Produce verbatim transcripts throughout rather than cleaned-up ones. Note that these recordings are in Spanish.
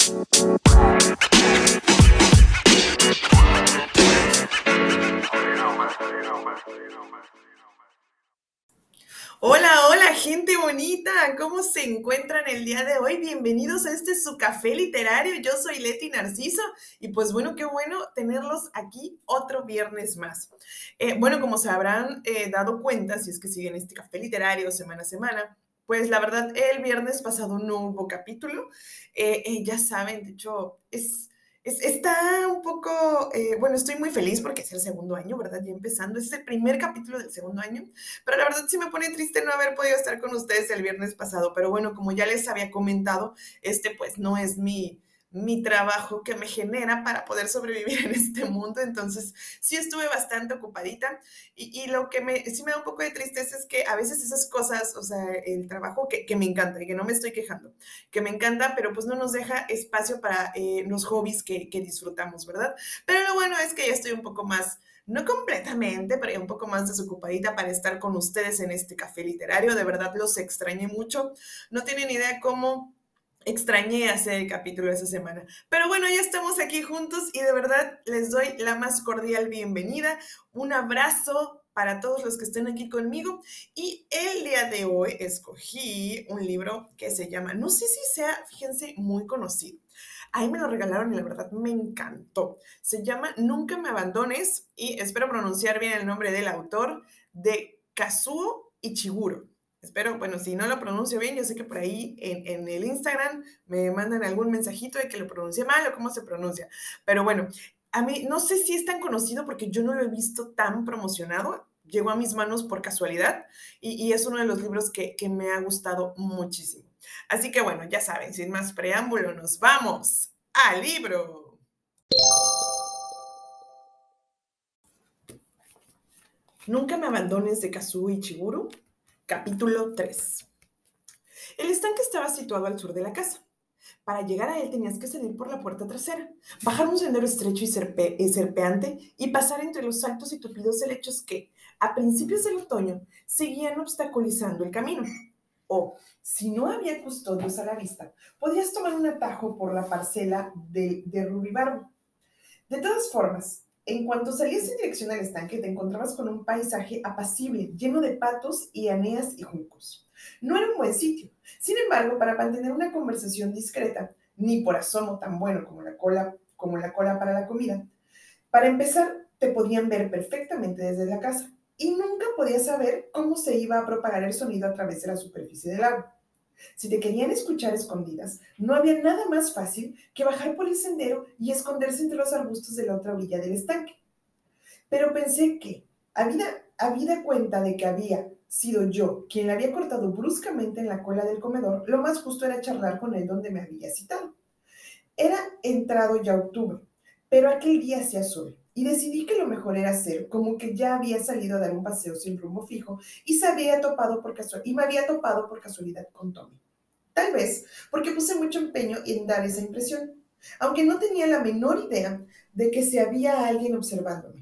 Hola, hola, gente bonita, ¿cómo se encuentran el día de hoy? Bienvenidos a este su café literario. Yo soy Leti Narciso y pues bueno, qué bueno tenerlos aquí otro viernes más. Eh, bueno, como se habrán eh, dado cuenta, si es que siguen este café literario semana a semana, pues la verdad, el viernes pasado no hubo capítulo. Eh, eh, ya saben, de hecho, es es- está un poco, eh, bueno, estoy muy feliz porque es el segundo año, ¿verdad? Ya empezando, es el primer capítulo del segundo año, pero la verdad sí me pone triste no haber podido estar con ustedes el viernes pasado, pero bueno, como ya les había comentado, este pues no es mi, mi trabajo que me genera para poder sobrevivir en este mundo, entonces sí estuve bastante ocupadita y, y lo que me, sí me da un poco de tristeza es que a veces esas cosas, o sea, el trabajo que, que me encanta y que no me estoy quejando, que me encanta, pero pues no nos deja espacio para eh, los hobbies que, que disfrutamos, ¿verdad? Pero lo bueno es que ya estoy un poco más, no completamente, pero ya un poco más desocupadita para estar con ustedes en este café literario. De verdad los extrañé mucho. No tienen idea cómo extrañé hacer el capítulo de esa semana. Pero bueno, ya estamos aquí juntos y de verdad les doy la más cordial bienvenida. Un abrazo para todos los que estén aquí conmigo. Y el día de hoy escogí un libro que se llama, no sé si sea, fíjense, muy conocido. Ahí me lo regalaron y la verdad me encantó. Se llama Nunca me abandones y espero pronunciar bien el nombre del autor, de Kazuo Ichiguro. Espero, bueno, si no lo pronuncio bien, yo sé que por ahí en, en el Instagram me mandan algún mensajito de que lo pronuncie mal o cómo se pronuncia. Pero bueno, a mí no sé si es tan conocido porque yo no lo he visto tan promocionado. Llegó a mis manos por casualidad y, y es uno de los libros que, que me ha gustado muchísimo. Así que bueno, ya saben, sin más preámbulo, nos vamos al libro. Nunca me abandones de Kazuo Ichiguro, capítulo tres. El estanque estaba situado al sur de la casa. Para llegar a él tenías que salir por la puerta trasera, bajar un sendero estrecho y serpe eh, serpeante y pasar entre los altos y tupidos helechos que, a principios del otoño, seguían obstaculizando el camino. O, si no había custodios a la vista, podías tomar un atajo por la parcela de, de Rubibarbo. De todas formas, en cuanto salías en dirección al estanque, te encontrabas con un paisaje apacible, lleno de patos y aneas y juncos. No era un buen sitio. Sin embargo, para mantener una conversación discreta, ni por asomo tan bueno como la cola, como la cola para la comida, para empezar, te podían ver perfectamente desde la casa y nunca podías saber cómo se iba a propagar el sonido a través de la superficie del agua. Si te querían escuchar escondidas, no había nada más fácil que bajar por el sendero y esconderse entre los arbustos de la otra orilla del estanque. Pero pensé que, habida, habida cuenta de que había sido yo quien le había cortado bruscamente en la cola del comedor, lo más justo era charlar con él donde me había citado. Era entrado ya octubre, pero aquel día hacía sol y decidí que lo mejor era hacer como que ya había salido a dar un paseo sin rumbo fijo y, se había topado por casual, y me había topado por casualidad con Tommy. Tal vez porque puse mucho empeño en dar esa impresión, aunque no tenía la menor idea de que se había alguien observándome.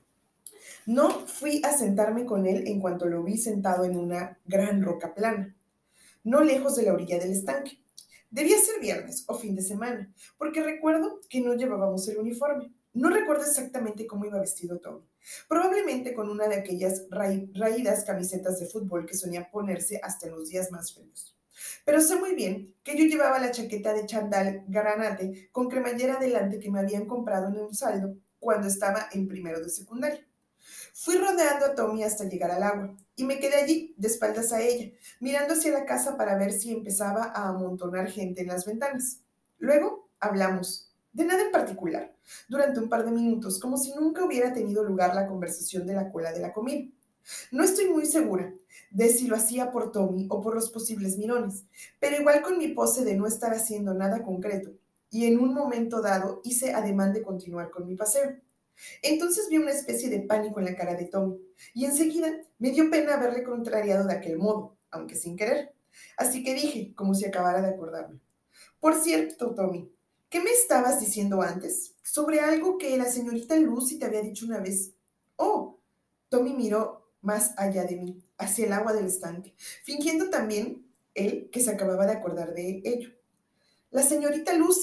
No fui a sentarme con él en cuanto lo vi sentado en una gran roca plana, no lejos de la orilla del estanque. Debía ser viernes o fin de semana, porque recuerdo que no llevábamos el uniforme. No recuerdo exactamente cómo iba vestido Tommy. Probablemente con una de aquellas ra raídas camisetas de fútbol que solía ponerse hasta en los días más fríos. Pero sé muy bien que yo llevaba la chaqueta de chandal granate con cremallera delante que me habían comprado en un saldo cuando estaba en primero de secundaria. Fui rodeando a Tommy hasta llegar al agua y me quedé allí, de espaldas a ella, mirando hacia la casa para ver si empezaba a amontonar gente en las ventanas. Luego hablamos, de nada en particular, durante un par de minutos, como si nunca hubiera tenido lugar la conversación de la cola de la comida. No estoy muy segura de si lo hacía por Tommy o por los posibles mirones, pero igual con mi pose de no estar haciendo nada concreto, y en un momento dado hice ademán de continuar con mi paseo. Entonces vi una especie de pánico en la cara de Tommy, y enseguida me dio pena haberle contrariado de aquel modo, aunque sin querer. Así que dije, como si acabara de acordarme. Por cierto, Tommy, ¿qué me estabas diciendo antes? Sobre algo que la señorita Lucy te había dicho una vez. Oh, Tommy miró más allá de mí, hacia el agua del estanque, fingiendo también él que se acababa de acordar de ello. La señorita Lucy,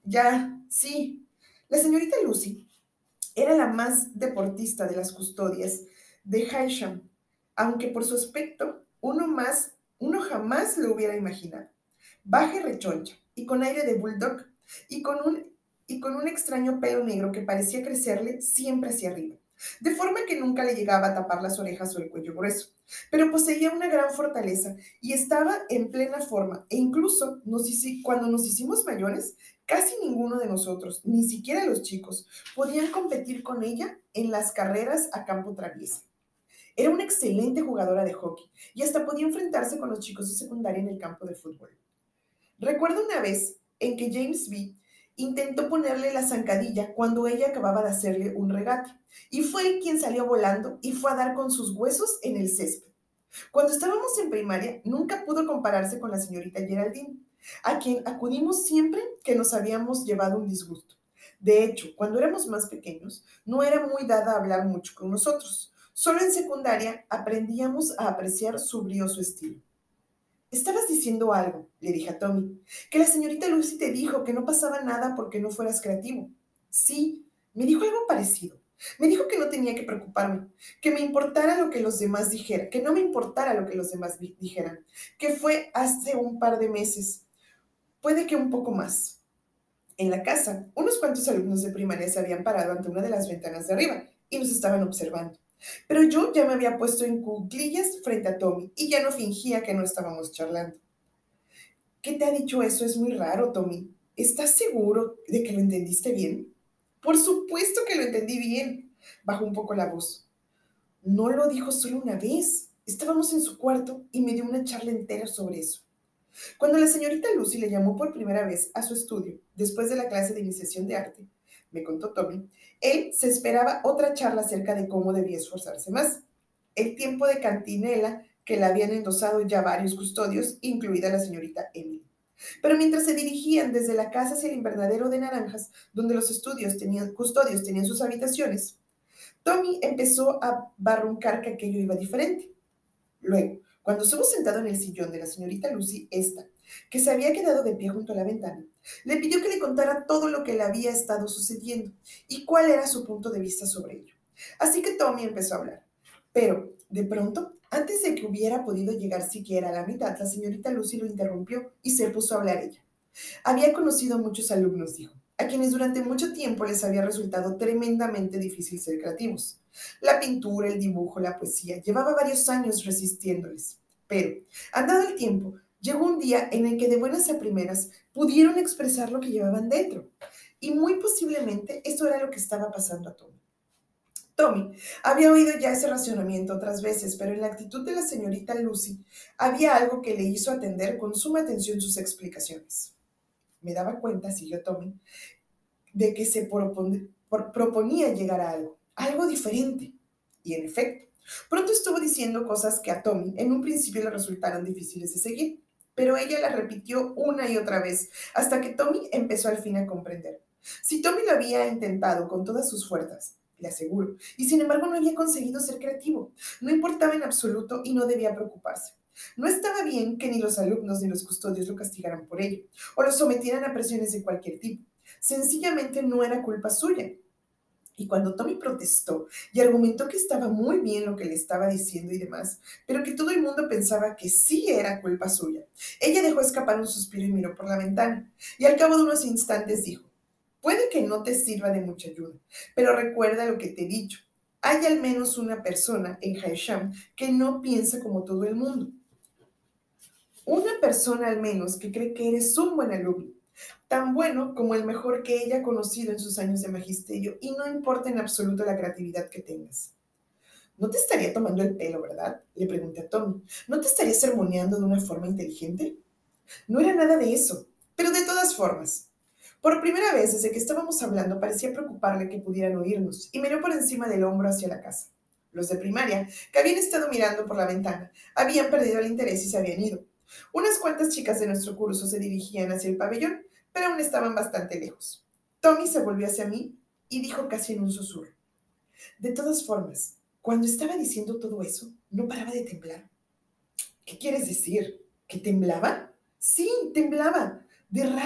Ya, sí. La señorita Lucy era la más deportista de las custodias de Hysham, aunque por su aspecto uno más, uno jamás lo hubiera imaginado. Baja y rechoncha, y con aire de bulldog, y con un, y con un extraño pelo negro que parecía crecerle siempre hacia arriba, de forma que nunca le llegaba a tapar las orejas o el cuello grueso. Pero poseía una gran fortaleza y estaba en plena forma, e incluso nos hici- cuando nos hicimos mayores, casi ninguno de nosotros, ni siquiera los chicos, podían competir con ella en las carreras a campo traviesa. Era una excelente jugadora de hockey y hasta podía enfrentarse con los chicos de secundaria en el campo de fútbol. Recuerdo una vez en que James B. intentó ponerle la zancadilla cuando ella acababa de hacerle un regate, y fue él quien salió volando y fue a dar con sus huesos en el césped. Cuando estábamos en primaria, nunca pudo compararse con la señorita Geraldine, a quien acudimos siempre que nos habíamos llevado un disgusto. De hecho, cuando éramos más pequeños, no era muy dada a hablar mucho con nosotros. Solo en secundaria aprendíamos a apreciar su brioso estilo. Estabas diciendo algo, le dije a Tommy, que la señorita Lucy te dijo que no pasaba nada porque no fueras creativo. Sí, me dijo algo parecido. Me dijo que no tenía que preocuparme, que me importara lo que los demás dijeran, que no me importara lo que los demás di- dijeran, que fue hace un par de meses, puede que un poco más. En la casa, unos cuantos alumnos de primaria se habían parado ante una de las ventanas de arriba y nos estaban observando. Pero yo ya me había puesto en cuclillas frente a Tommy y ya no fingía que no estábamos charlando. ¿Qué te ha dicho eso? Es muy raro, Tommy. ¿Estás seguro de que lo entendiste bien? Por supuesto que lo entendí bien. Bajó un poco la voz. No lo dijo solo una vez. Estábamos en su cuarto y me dio una charla entera sobre eso. Cuando la señorita Lucy le llamó por primera vez a su estudio, después de la clase de iniciación de arte, me contó Tommy, él se esperaba otra charla acerca de cómo debía esforzarse más. El tiempo de cantinela que le habían endosado ya varios custodios, incluida la señorita Emily. Pero mientras se dirigían desde la casa hacia el invernadero de naranjas, donde los estudios tenían, custodios tenían sus habitaciones, Tommy empezó a barruncar que aquello iba diferente. Luego, cuando estuvo sentado en el sillón de la señorita Lucy, esta, que se había quedado de pie junto a la ventana, le pidió que le contara todo lo que le había estado sucediendo y cuál era su punto de vista sobre ello. Así que Tommy empezó a hablar. Pero, de pronto, antes de que hubiera podido llegar siquiera a la mitad, la señorita Lucy lo interrumpió y se puso a hablar ella. Había conocido a muchos alumnos, dijo, a quienes durante mucho tiempo les había resultado tremendamente difícil ser creativos. La pintura, el dibujo, la poesía, llevaba varios años resistiéndoles. Pero, andado el tiempo, llegó un día en el que de buenas a primeras pudieron expresar lo que llevaban dentro. Y muy posiblemente eso era lo que estaba pasando a Tommy. Tommy había oído ya ese racionamiento otras veces, pero en la actitud de la señorita Lucy había algo que le hizo atender con suma atención sus explicaciones. Me daba cuenta, siguió Tommy, de que se propon- por- proponía llegar a algo, algo diferente. Y en efecto, pronto estuvo diciendo cosas que a Tommy en un principio le resultaron difíciles de seguir, pero ella las repitió una y otra vez, hasta que Tommy empezó al fin a comprender. Si Tommy lo había intentado con todas sus fuerzas, le aseguro, y sin embargo no había conseguido ser creativo, no importaba en absoluto y no debía preocuparse. No estaba bien que ni los alumnos ni los custodios lo castigaran por ello, o lo sometieran a presiones de cualquier tipo. Sencillamente no era culpa suya. Y cuando Tommy protestó y argumentó que estaba muy bien lo que le estaba diciendo y demás, pero que todo el mundo pensaba que sí era culpa suya, ella dejó escapar un suspiro y miró por la ventana. Y al cabo de unos instantes dijo, puede que no te sirva de mucha ayuda, pero recuerda lo que te he dicho. Hay al menos una persona en Haisham que no piensa como todo el mundo. Una persona al menos que cree que eres un buen alumno, tan bueno como el mejor que ella ha conocido en sus años de magisterio, y no importa en absoluto la creatividad que tengas. ¿No te estaría tomando el pelo, verdad? Le pregunté a Tommy. ¿No te estaría sermoneando de una forma inteligente? No era nada de eso, pero de todas formas. Por primera vez desde que estábamos hablando parecía preocuparle que pudieran oírnos, y miró por encima del hombro hacia la casa. Los de primaria, que habían estado mirando por la ventana, habían perdido el interés y se habían ido. Unas cuantas chicas de nuestro curso se dirigían hacia el pabellón, pero aún estaban bastante lejos. Tommy se volvió hacia mí y dijo casi en un susurro. De todas formas, cuando estaba diciendo todo eso, no paraba de temblar. ¿Qué quieres decir? ¿Que temblaba? Sí, temblaba, de rabia,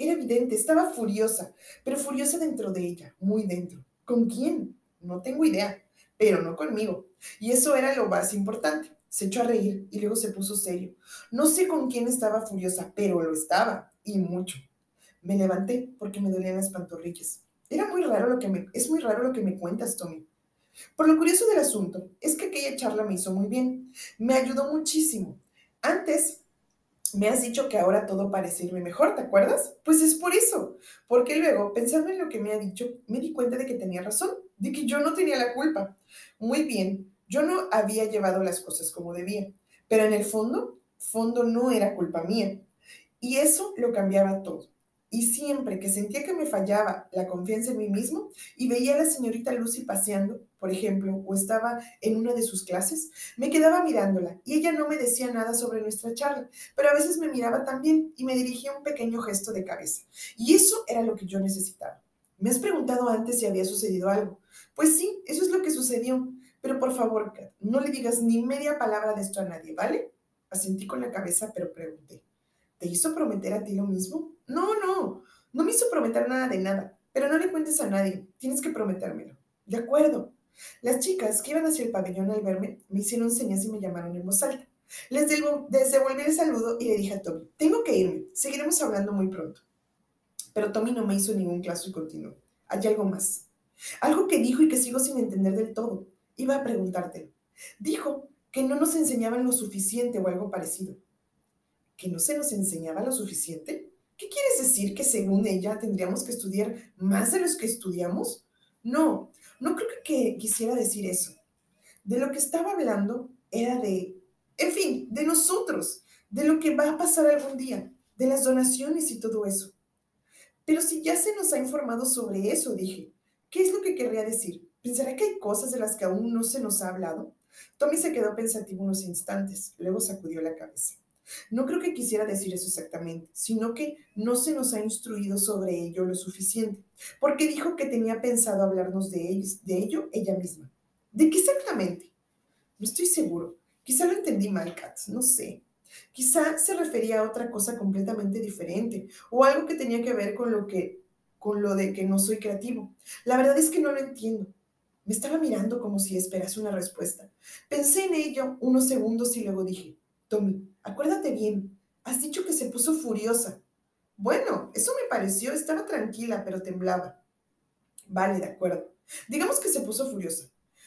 Era evidente, estaba furiosa, pero furiosa dentro de ella, muy dentro. ¿Con quién? No tengo idea, pero no conmigo. Y eso era lo más importante. Se echó a reír y luego se puso serio. No sé con quién estaba furiosa, pero lo estaba, y mucho. Me levanté porque me dolían las pantorrillas. Era muy raro lo que me, es muy raro lo que me cuentas, Tommy. Por lo curioso del asunto, es que aquella charla me hizo muy bien. Me ayudó muchísimo. Antes me has dicho que ahora todo parece irme mejor, ¿te acuerdas? Pues es por eso, porque luego, pensando en lo que me ha dicho, me di cuenta de que tenía razón, de que yo no tenía la culpa. Muy bien, yo no había llevado las cosas como debía, pero en el fondo, fondo no era culpa mía. Y eso lo cambiaba todo. Y siempre que sentía que me fallaba la confianza en mí mismo y veía a la señorita Lucy paseando, por ejemplo, o estaba en una de sus clases, me quedaba mirándola y ella no me decía nada sobre nuestra charla, pero a veces me miraba también y me dirigía un pequeño gesto de cabeza. Y eso era lo que yo necesitaba. ¿Me has preguntado antes si había sucedido algo? Pues sí, eso es lo que sucedió. Pero por favor, Kat, no le digas ni media palabra de esto a nadie, ¿vale? Asentí con la cabeza, pero pregunté. ¿Te hizo prometer a ti lo mismo? No, no, no me hizo prometer nada de nada, pero no le cuentes a nadie, tienes que prometérmelo. De acuerdo. Las chicas que iban hacia el pabellón al verme me hicieron señas y me llamaron en voz alta. Les, devolví, les devolví el saludo y le dije a Tommy, tengo que irme, seguiremos hablando muy pronto. Pero Tommy no me hizo ningún caso y continuó. Hay algo más. Algo que dijo y que sigo sin entender del todo. Iba a preguntártelo. Dijo que no nos enseñaban lo suficiente o algo parecido. ¿Que no se nos enseñaba lo suficiente? ¿Qué quieres decir que según ella tendríamos que estudiar más de los que estudiamos? No, no creo que, que quisiera decir eso. De lo que estaba hablando era de, en fin, de nosotros, de lo que va a pasar algún día, de las donaciones y todo eso. Pero si ya se nos ha informado sobre eso, dije, ¿qué es lo que querría decir? ¿Pensará que hay cosas de las que aún no se nos ha hablado? Tommy se quedó pensativo unos instantes, luego sacudió la cabeza. No creo que quisiera decir eso exactamente, sino que no se nos ha instruido sobre ello lo suficiente, porque dijo que tenía pensado hablarnos de, ellos, de ello ella misma. ¿De qué exactamente? No estoy seguro. Quizá lo entendí mal, Katz, no sé. Quizá se refería a otra cosa completamente diferente o algo que tenía que ver con lo que con lo de que no soy creativo. La verdad es que no lo entiendo. Me estaba mirando como si esperase una respuesta. Pensé en ello unos segundos y luego dije, Tommy, acuérdate bien, has dicho que se puso furiosa. Bueno, eso me pareció, estaba tranquila, pero temblaba. Vale, de acuerdo. Digamos que se puso furiosa.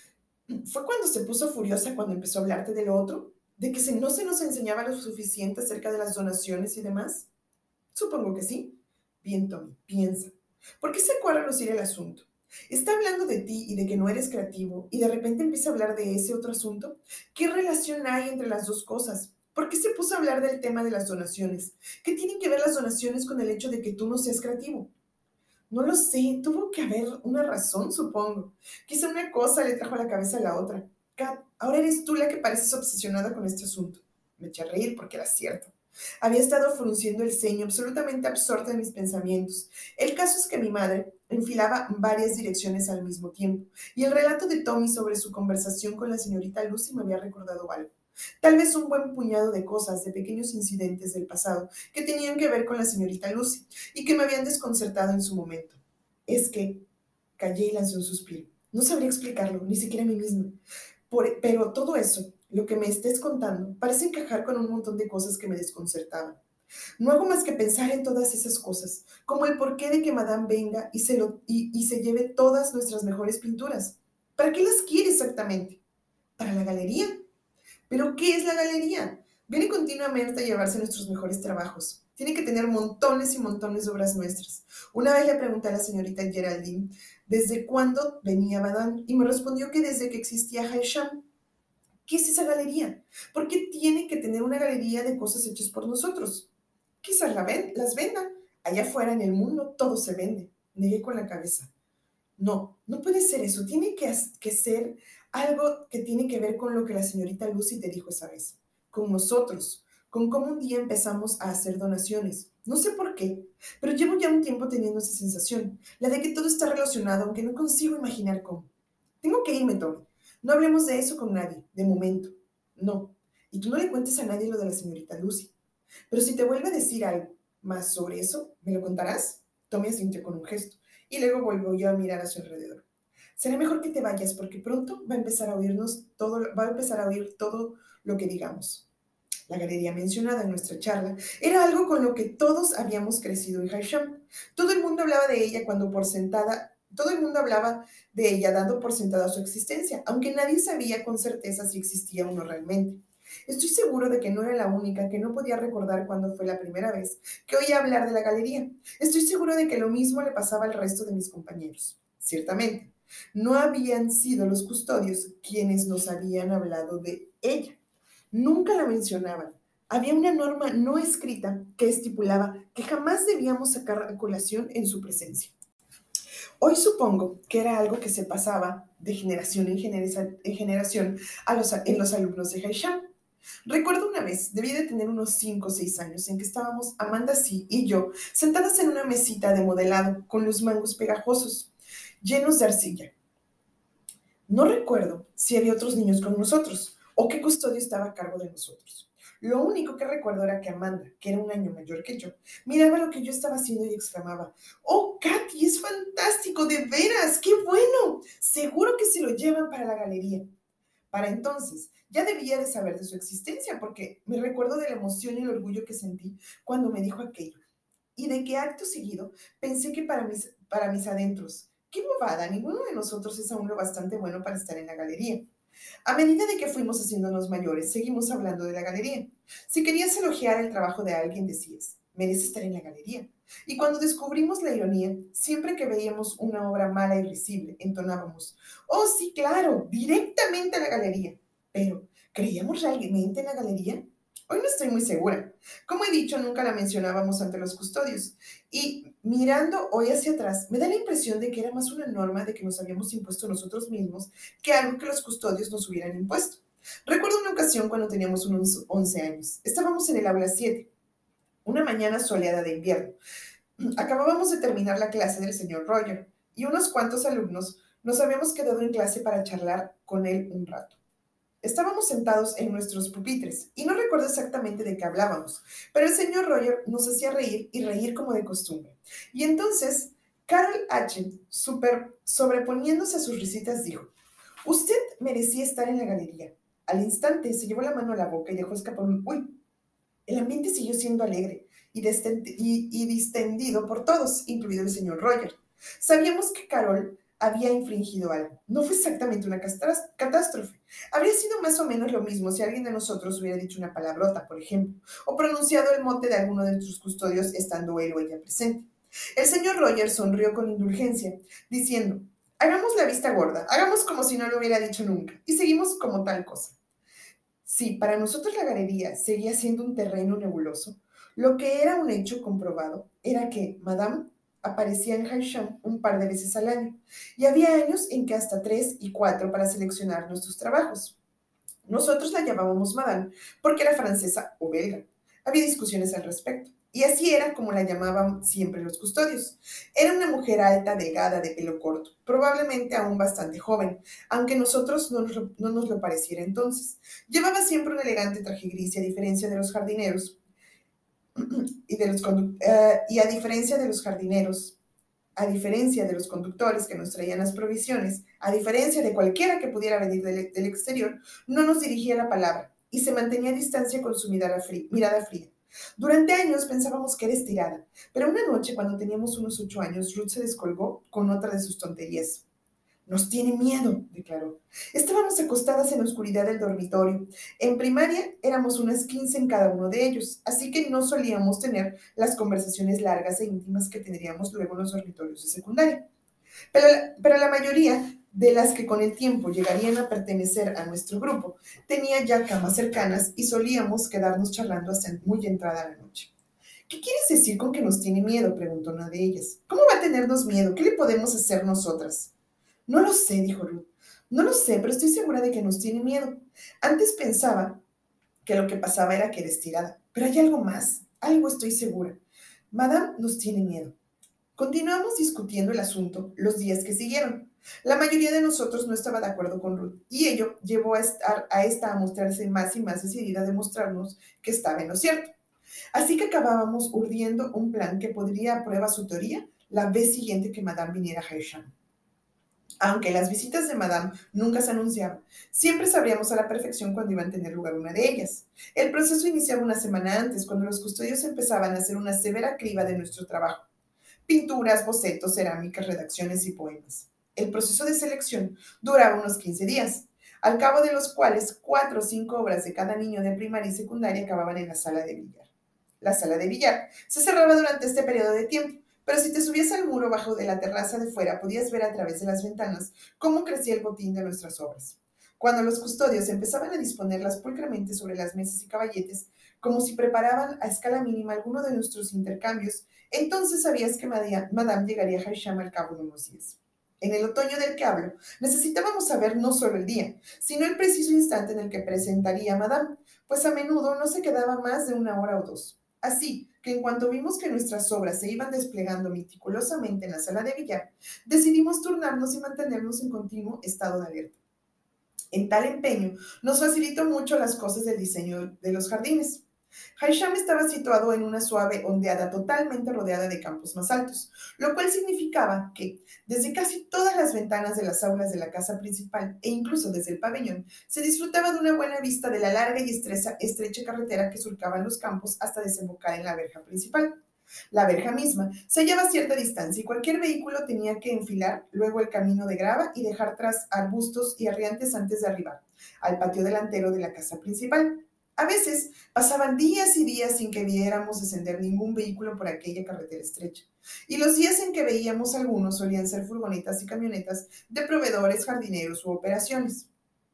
¿Fue cuando se puso furiosa cuando empezó a hablarte de lo otro? ¿De que se, no se nos enseñaba lo suficiente acerca de las donaciones y demás? Supongo que sí. Bien, Tommy, piensa. ¿Por qué sacó a relucir el asunto? Está hablando de ti y de que no eres creativo y de repente empieza a hablar de ese otro asunto. ¿Qué relación hay entre las dos cosas? ¿Por qué se puso a hablar del tema de las donaciones? ¿Qué tienen que ver las donaciones con el hecho de que tú no seas creativo? No lo sé, tuvo que haber una razón, supongo. Quizá una cosa le trajo a la cabeza a la otra. Kat, ahora eres tú la que pareces obsesionada con este asunto. Me eché a reír porque era cierto. Había estado frunciendo el ceño, absolutamente absorta en mis pensamientos. El caso es que mi madre enfilaba varias direcciones al mismo tiempo, y el relato de Tommy sobre su conversación con la señorita Lucy me había recordado algo. Tal vez un buen puñado de cosas, de pequeños incidentes del pasado que tenían que ver con la señorita Lucy y que me habían desconcertado en su momento. Es que callé y lancé un suspiro. No sabría explicarlo, ni siquiera a mí misma. Por- pero todo eso, lo que me estés contando, parece encajar con un montón de cosas que me desconcertaban. No hago más que pensar en todas esas cosas, como el porqué de que Madame venga y se, lo, y, y se lleve todas nuestras mejores pinturas. ¿Para qué las quiere exactamente? ¿Para la galería? ¿Pero qué es la galería? Viene continuamente a llevarse nuestros mejores trabajos. Tiene que tener montones y montones de obras nuestras. Una vez le pregunté a la señorita Geraldine desde cuándo venía Madame y me respondió que desde que existía Haisham. ¿Qué es esa galería? ¿Por qué tiene que tener una galería de cosas hechas por nosotros? Quizás la ven, las venda. Allá afuera en el mundo todo se vende. Negué con la cabeza. No, no puede ser eso. Tiene que, que ser algo que tiene que ver con lo que la señorita Lucy te dijo esa vez. Con nosotros. Con cómo un día empezamos a hacer donaciones. No sé por qué, pero llevo ya un tiempo teniendo esa sensación. La de que todo está relacionado, aunque no consigo imaginar cómo. Tengo que irme, Tommy. No hablemos de eso con nadie, de momento. No. Y tú no le cuentes a nadie lo de la señorita Lucy. Pero si te vuelve a decir algo, ¿Más sobre eso? ¿Me lo contarás? Tommy asintió con un gesto y luego volvió a mirar a su alrededor. Será mejor que te vayas porque pronto va a empezar a oírnos todo, va a empezar a oír todo lo que digamos. La galería mencionada en nuestra charla era algo con lo que todos habíamos crecido en Haisham. Todo el mundo hablaba de ella cuando por sentada, todo el mundo hablaba de ella dando por sentada su existencia, aunque nadie sabía con certeza si existía o no realmente. Estoy seguro de que no era la única que no podía recordar cuándo fue la primera vez que oía hablar de la galería. Estoy seguro de que lo mismo le pasaba al resto de mis compañeros. Ciertamente, no habían sido los custodios quienes nos habían hablado de ella. Nunca la mencionaban. Había una norma no escrita que estipulaba que jamás debíamos sacar a colación en su presencia. Hoy supongo que era algo que se pasaba de generación en, genera- en generación a los, en los alumnos de Haisham. Recuerdo una vez, debí de tener unos cinco o seis años, en que estábamos Amanda C. y yo sentadas en una mesita de modelado con los mangos pegajosos, llenos de arcilla. No recuerdo si había otros niños con nosotros o qué custodio estaba a cargo de nosotros. Lo único que recuerdo era que Amanda, que era un año mayor que yo, miraba lo que yo estaba haciendo y exclamaba: ¡Oh, Katy, es fantástico, de veras! ¡Qué bueno! Seguro que se lo llevan para la galería. Para entonces, ya debía de saber de su existencia porque me recuerdo de la emoción y el orgullo que sentí cuando me dijo aquello. Y de que acto seguido pensé que para mis, para mis adentros, qué bobada, ninguno de nosotros es aún lo bastante bueno para estar en la galería. A medida de que fuimos haciéndonos mayores, seguimos hablando de la galería. Si querías elogiar el trabajo de alguien, decías: merece estar en la galería. Y cuando descubrimos la ironía, siempre que veíamos una obra mala y risible, entonábamos: oh, sí, claro, directamente a la galería. Pero, ¿creíamos realmente en la galería? Hoy no estoy muy segura. Como he dicho, nunca la mencionábamos ante los custodios. Y mirando hoy hacia atrás, me da la impresión de que era más una norma de que nos habíamos impuesto nosotros mismos que algo que los custodios nos hubieran impuesto. Recuerdo una ocasión cuando teníamos unos once años. Estábamos en el aula siete, una mañana soleada de invierno. Acabábamos de terminar la clase del señor Roger y unos cuantos alumnos nos habíamos quedado en clase para charlar con él un rato. Estábamos sentados en nuestros pupitres y no recuerdo exactamente de qué hablábamos, pero el señor Roger nos hacía reír y reír como de costumbre. Y entonces, Carol H., super, sobreponiéndose a sus risitas, dijo: usted merecía estar en la galería. Al instante se llevó la mano a la boca y dejó escapar un ¡uy! El ambiente siguió siendo alegre y, y, y distendido por todos, incluido el señor Roger. Sabíamos que Carol había infringido algo. No fue exactamente una catástrofe. Habría sido más o menos lo mismo si alguien de nosotros hubiera dicho una palabrota, por ejemplo, o pronunciado el mote de alguno de nuestros custodios estando él o ella presente. El señor Roger sonrió con indulgencia, diciendo: hagamos la vista gorda, hagamos como si no lo hubiera dicho nunca, y seguimos como tal cosa. Si para nosotros la galería seguía siendo un terreno nebuloso, lo que era un hecho comprobado era que Madame aparecía en Haisham un par de veces al año, y había años en que hasta tres y cuatro para seleccionar nuestros trabajos. Nosotros la llamábamos Madame porque era francesa o belga. Había discusiones al respecto. Y así era como la llamaban siempre los custodios. Era una mujer alta, delgada, de pelo corto, probablemente aún bastante joven, aunque nosotros no nos, lo, no nos lo pareciera entonces. Llevaba siempre un elegante traje gris y a diferencia de los jardineros, y, de los uh, y a diferencia de los jardineros, a diferencia de los conductores que nos traían las provisiones, a diferencia de cualquiera que pudiera venir del, del exterior, no nos dirigía la palabra y se mantenía a distancia con su mirada fría, mirada fría. Durante años pensábamos que era estirada, pero una noche, cuando teníamos unos ocho años, Ruth se descolgó con otra de sus tonterías. Nos tiene miedo, declaró. Estábamos acostadas en la oscuridad del dormitorio. En primaria éramos unas quince en cada uno de ellos, así que no solíamos tener las conversaciones largas e íntimas que tendríamos luego en los dormitorios de secundaria. Pero, pero la mayoría de las que con el tiempo llegarían a pertenecer a nuestro grupo tenía ya camas cercanas y solíamos quedarnos charlando hasta muy entrada la noche. ¿Qué quieres decir con que nos tiene miedo?, preguntó una de ellas. ¿Cómo va a tenernos miedo? ¿Qué le podemos hacer nosotras? No lo sé, dijo Ruth. No lo sé, pero estoy segura de que nos tiene miedo. Antes pensaba que lo que pasaba era que era estirada, pero hay algo más, algo estoy segura. Madame nos tiene miedo. Continuamos discutiendo el asunto los días que siguieron. La mayoría de nosotros no estaba de acuerdo con Ruth, y ello llevó a, estar, a esta a mostrarse más y más decidida a demostrarnos que estaba en lo cierto. Así que acabábamos urdiendo un plan que podría a prueba su teoría la vez siguiente que Madame viniera a Hersham. Aunque las visitas de Madame nunca se anunciaban, siempre sabríamos a la perfección cuándo iba a tener lugar una de ellas. El proceso iniciaba una semana antes, cuando los custodios empezaban a hacer una severa criba de nuestro trabajo: pinturas, bocetos, cerámicas, redacciones y poemas. El proceso de selección duraba unos quince días, al cabo de los cuales cuatro o cinco obras de cada niño de primaria y secundaria acababan en la sala de billar. La sala de billar se cerraba durante este periodo de tiempo, pero si te subías al muro bajo de la terraza de fuera podías ver a través de las ventanas cómo crecía el botín de nuestras obras. Cuando los custodios empezaban a disponerlas pulcramente sobre las mesas y caballetes, como si preparaban a escala mínima alguno de nuestros intercambios, entonces sabías que Madame llegaría a Hersham al cabo de unos días. En el otoño del que hablo, necesitábamos saber no solo el día, sino el preciso instante en el que presentaría a Madame, pues a menudo no se quedaba más de una hora o dos. Así que en cuanto vimos que nuestras obras se iban desplegando meticulosamente en la sala de billar, decidimos turnarnos y mantenernos en continuo estado de alerta. En tal empeño nos facilitó mucho las cosas del diseño de los jardines. Haisham estaba situado en una suave ondeada totalmente rodeada de campos más altos, lo cual significaba que, desde casi todas las ventanas de las aulas de la casa principal e incluso desde el pabellón, se disfrutaba de una buena vista de la larga y estrecha, estrecha carretera que surcaba los campos hasta desembocar en la verja principal. La verja misma se hallaba a cierta distancia y cualquier vehículo tenía que enfilar luego el camino de grava y dejar tras arbustos y arriantes antes de arribar al patio delantero de la casa principal. A veces pasaban días y días sin que viéramos descender ningún vehículo por aquella carretera estrecha, y los días en que veíamos algunos solían ser furgonetas y camionetas de proveedores, jardineros u operaciones.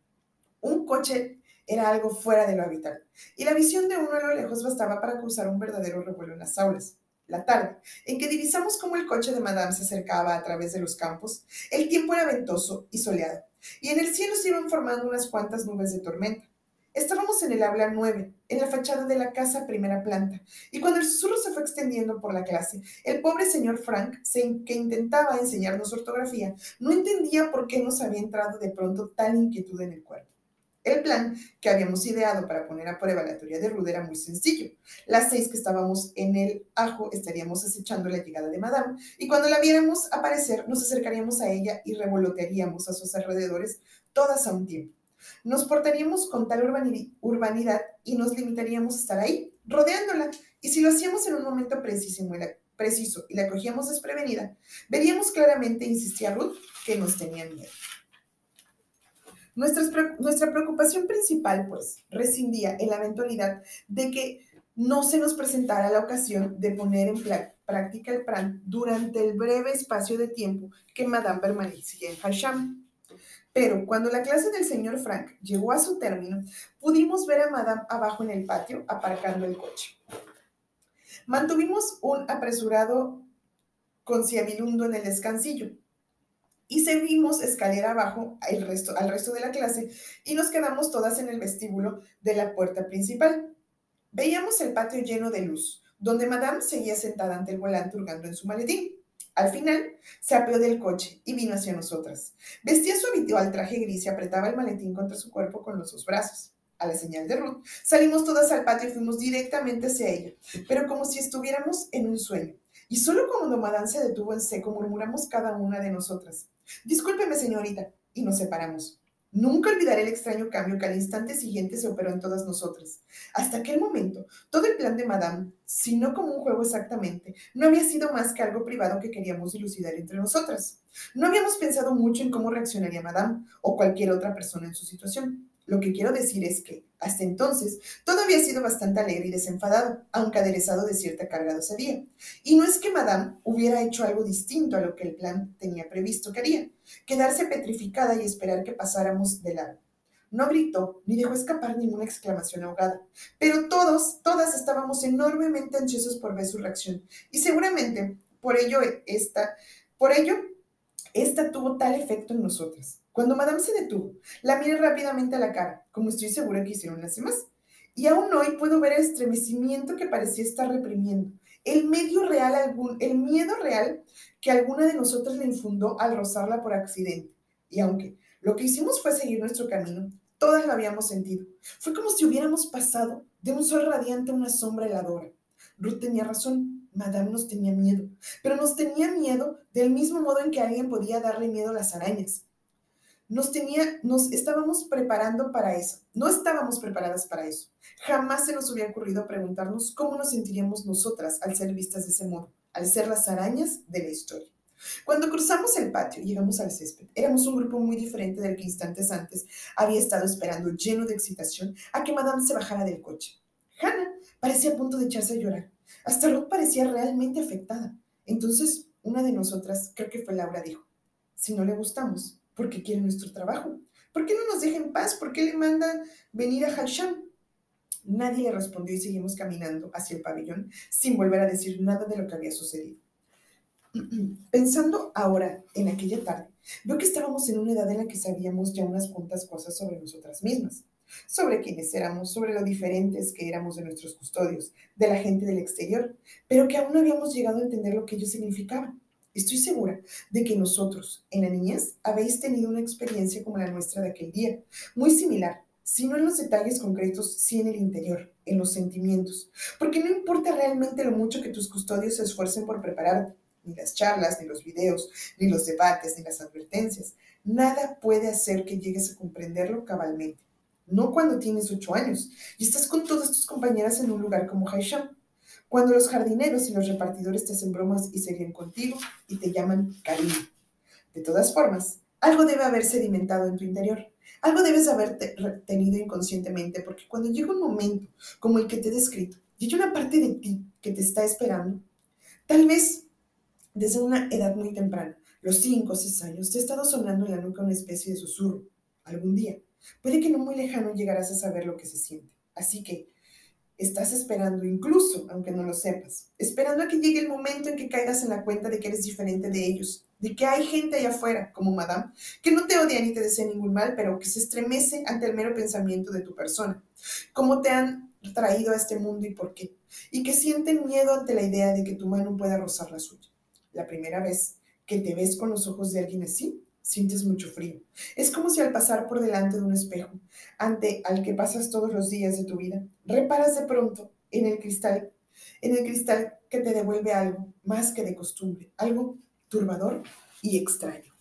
Un coche era algo fuera de lo habitual, y la visión de uno a lo lejos bastaba para causar un verdadero revuelo en las aulas. La tarde, en que divisamos cómo el coche de Madame se acercaba a través de los campos, el tiempo era ventoso y soleado, y en el cielo se iban formando unas cuantas nubes de tormenta. Estábamos en el aula nueve, en la fachada de la casa primera planta, y cuando el susurro se fue extendiendo por la clase, el pobre señor Frank, que intentaba enseñarnos ortografía, no entendía por qué nos había entrado de pronto tal inquietud en el cuerpo. El plan que habíamos ideado para poner a prueba la teoría de Rudd era muy sencillo. Las seis que estábamos en el ajo estaríamos acechando la llegada de Madame, y cuando la viéramos aparecer, nos acercaríamos a ella y revolotearíamos a sus alrededores, todas a un tiempo. Nos portaríamos con tal urbanidad y nos limitaríamos a estar ahí, rodeándola, y si lo hacíamos en un momento preciso y la, preciso y la cogíamos desprevenida, veríamos claramente, insistía Ruth, que nos tenían miedo. Nuestra, nuestra preocupación principal, pues, residía en la eventualidad de que no se nos presentara la ocasión de poner en práctica el plan durante el breve espacio de tiempo que Madame permanecía en Hersham. Pero cuando la clase del señor Frank llegó a su término, pudimos ver a Madame abajo en el patio aparcando el coche. Mantuvimos un apresurado conciliabundo en el descansillo y seguimos escalera abajo el resto, al resto de la clase y nos quedamos todas en el vestíbulo de la puerta principal. Veíamos el patio lleno de luz, donde Madame seguía sentada ante el volante hurgando en su maletín. Al final, se apeó del coche y vino hacia nosotras. Vestía su habitual traje gris y apretaba el maletín contra su cuerpo con los dos brazos. A la señal de Ruth, salimos todas al patio y fuimos directamente hacia ella, pero como si estuviéramos en un sueño. Y solo cuando Madame se detuvo en seco, murmuramos cada una de nosotras: «Discúlpeme, señorita», y nos separamos. Nunca olvidaré el extraño cambio que al instante siguiente se operó en todas nosotras. Hasta aquel momento, todo el plan de Madame, si no como un juego exactamente, no había sido más que algo privado que queríamos dilucidar entre nosotras. No habíamos pensado mucho en cómo reaccionaría Madame o cualquier otra persona en su situación. Lo que quiero decir es que, hasta entonces, todo había sido bastante alegre y desenfadado, aunque aderezado de cierta carga de osadía. Y no es que Madame hubiera hecho algo distinto a lo que el plan tenía previsto que haría: quedarse petrificada y esperar que pasáramos de largo. No gritó, ni dejó escapar ninguna exclamación ahogada, pero todos, todas estábamos enormemente ansiosos por ver su reacción, y seguramente por ello esta, por ello, esta tuvo tal efecto en nosotras. Cuando Madame se detuvo, la miré rápidamente a la cara, como estoy segura que hicieron las demás, y aún hoy puedo ver el estremecimiento que parecía estar reprimiendo, el, medio real algún, el miedo real que alguna de nosotras le infundó al rozarla por accidente. Y aunque lo que hicimos fue seguir nuestro camino, todas lo habíamos sentido. Fue como si hubiéramos pasado De un sol radiante a una sombra heladora. Ruth tenía razón. Madame nos tenía miedo. Pero nos tenía miedo del mismo modo en que alguien podía darle miedo a las arañas. Nos tenía, nos estábamos preparando para eso. No estábamos preparadas para eso. Jamás se nos hubiera ocurrido preguntarnos cómo nos sentiríamos nosotras al ser vistas de ese modo, al ser las arañas de la historia. Cuando cruzamos el patio y llegamos al césped, éramos un grupo muy diferente del que instantes antes había estado esperando, lleno de excitación, a que Madame se bajara del coche. Hannah parecía a punto de echarse a llorar. Hasta Ruth parecía realmente afectada. Entonces, una de nosotras, creo que fue Laura, dijo: si no le gustamos, ¿por qué quiere nuestro trabajo? ¿Por qué no nos deja en paz? ¿Por qué le mandan venir a Halsham? Nadie le respondió y seguimos caminando hacia el pabellón sin volver a decir nada de lo que había sucedido. Pensando ahora en aquella tarde, veo que estábamos en una edad en la que sabíamos ya unas cuantas cosas sobre nosotras mismas, sobre quiénes éramos, sobre lo diferentes que éramos de nuestros custodios, de la gente del exterior, pero que aún no habíamos llegado a entender lo que ello significaba. Estoy segura de que nosotros, en la niñez, habéis tenido una experiencia como la nuestra de aquel día, muy similar, si no en los detalles concretos, sí en el interior, en los sentimientos, porque no importa realmente lo mucho que tus custodios se esfuercen por prepararte, ni las charlas, ni los videos, ni los debates, ni las advertencias. Nada puede hacer que llegues a comprenderlo cabalmente. No cuando tienes ocho años y estás con todas tus compañeras en un lugar como Haisham. Cuando los jardineros y los repartidores te hacen bromas y se ríen contigo y te llaman cariño. De todas formas, algo debe haber sedimentado en tu interior. Algo debes haber te- tenido inconscientemente, porque cuando llega un momento como el que te he descrito y hay una parte de ti que te está esperando, tal vez desde una edad muy temprana, los cinco o seis años, te ha estado sonando en la nuca una especie de susurro. Algún día, puede que no muy lejano llegarás a saber lo que se siente. Así que estás esperando, incluso aunque no lo sepas, esperando a que llegue el momento en que caigas en la cuenta de que eres diferente de ellos, de que hay gente allá afuera, como Madame, que no te odia ni te desea ningún mal, pero que se estremece ante el mero pensamiento de tu persona. Cómo te han traído a este mundo y por qué. Y que sienten miedo ante la idea de que tu mano pueda rozar la suya. La primera vez que te ves con los ojos de alguien así, sientes mucho frío. Es como si al pasar por delante de un espejo, ante al que pasas todos los días de tu vida, reparas de pronto en el cristal, en el cristal que te devuelve algo más que de costumbre, algo turbador y extraño.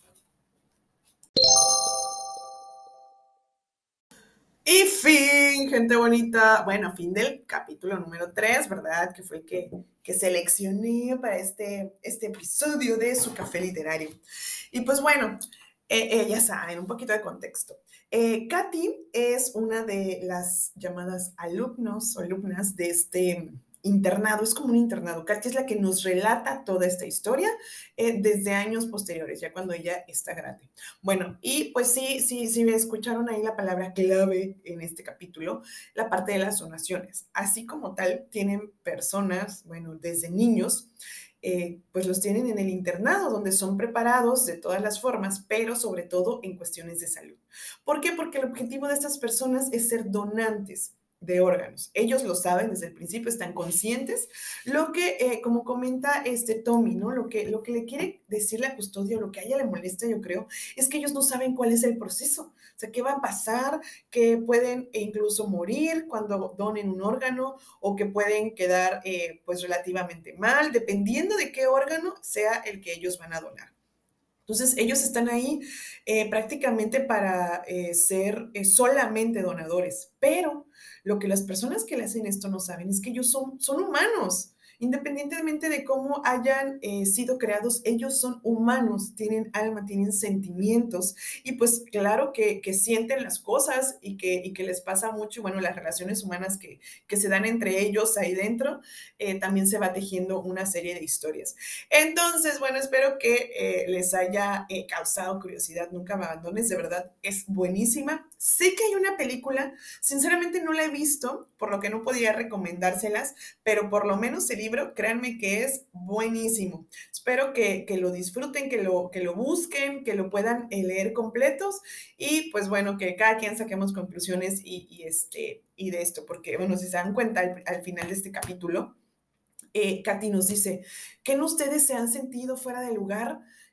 Y fin, gente bonita. Bueno, fin del capítulo número tres, ¿verdad? Que fue el que, que seleccioné para este, este episodio de su café literario. Y pues bueno, eh, eh, ya saben, un poquito de contexto. Eh, Katy es una de las llamadas alumnos o alumnas de este internado, es como un internado. Katy es la que nos relata toda esta historia eh, desde años posteriores, ya cuando ella está grande. Bueno, y pues sí, sí, sí, escucharon ahí la palabra clave en este capítulo, la parte de las donaciones. Así como tal, tienen personas, bueno, desde niños, eh, pues los tienen en el internado, donde son preparados de todas las formas, pero sobre todo en cuestiones de salud. ¿Por qué? Porque el objetivo de estas personas es ser donantes de órganos. Ellos lo saben desde el principio, están conscientes. Lo que, eh, como comenta este Tommy, ¿no? Lo que, lo que le quiere decir la custodia, o lo que a ella le molesta, yo creo, es que ellos no saben cuál es el proceso. O sea, qué va a pasar, que pueden incluso morir cuando donen un órgano o que pueden quedar eh, pues relativamente mal, dependiendo de qué órgano sea el que ellos van a donar. Entonces, ellos están ahí eh, prácticamente para eh, ser eh, solamente donadores, pero lo que las personas que le hacen esto no saben es que ellos son, son humanos. Independientemente de cómo hayan eh, sido creados, ellos son humanos, tienen alma, tienen sentimientos y pues claro que, que sienten las cosas y que, y que les pasa mucho. Y bueno, las relaciones humanas que, que se dan entre ellos ahí dentro, eh, también se va tejiendo una serie de historias. Entonces, bueno, espero que eh, les haya eh, causado curiosidad. Nunca me abandones, de verdad, es buenísima. Sé que hay una película, sinceramente no la he visto, por lo que no podía recomendárselas, pero por lo menos el libro, créanme que es buenísimo. Espero que, que lo disfruten, que lo, que lo busquen, que lo puedan eh, leer completos y pues bueno, que cada quien saquemos conclusiones y, y, este, y de esto, porque bueno, si se dan cuenta al, al final de este capítulo, eh, Katy nos dice, ¿que no ustedes se han sentido fuera de lugar?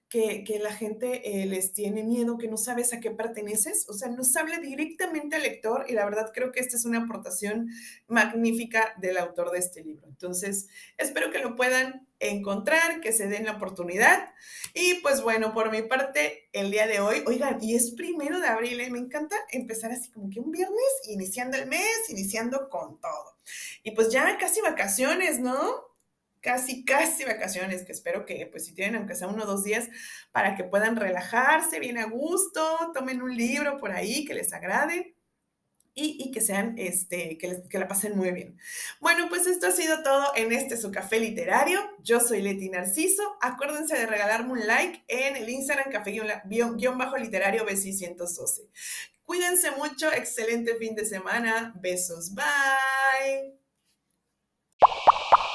que, que la gente eh, les tiene miedo, que no sabes a qué perteneces. O sea, nos habla directamente al lector y la verdad creo que esta es una aportación magnífica del autor de este libro. Entonces, espero que lo puedan encontrar, que se den la oportunidad. Y pues bueno, por mi parte, el día de hoy, oigan, y es primero de abril, ¿eh? Me encanta empezar así como que un viernes, iniciando el mes, iniciando con todo. Y pues ya casi vacaciones, ¿no? Casi, casi vacaciones, que espero que, pues, si tienen aunque sea uno o dos días para que puedan relajarse bien a gusto, tomen un libro por ahí que les agrade y, y que sean, este, que, les- que la pasen muy bien. Bueno, pues esto ha sido todo en este su café literario. Yo soy Leti Narciso. Acuérdense de regalarme un like en el Instagram café-literario B seiscientos doce. Cuídense mucho, excelente fin de semana. Besos, bye.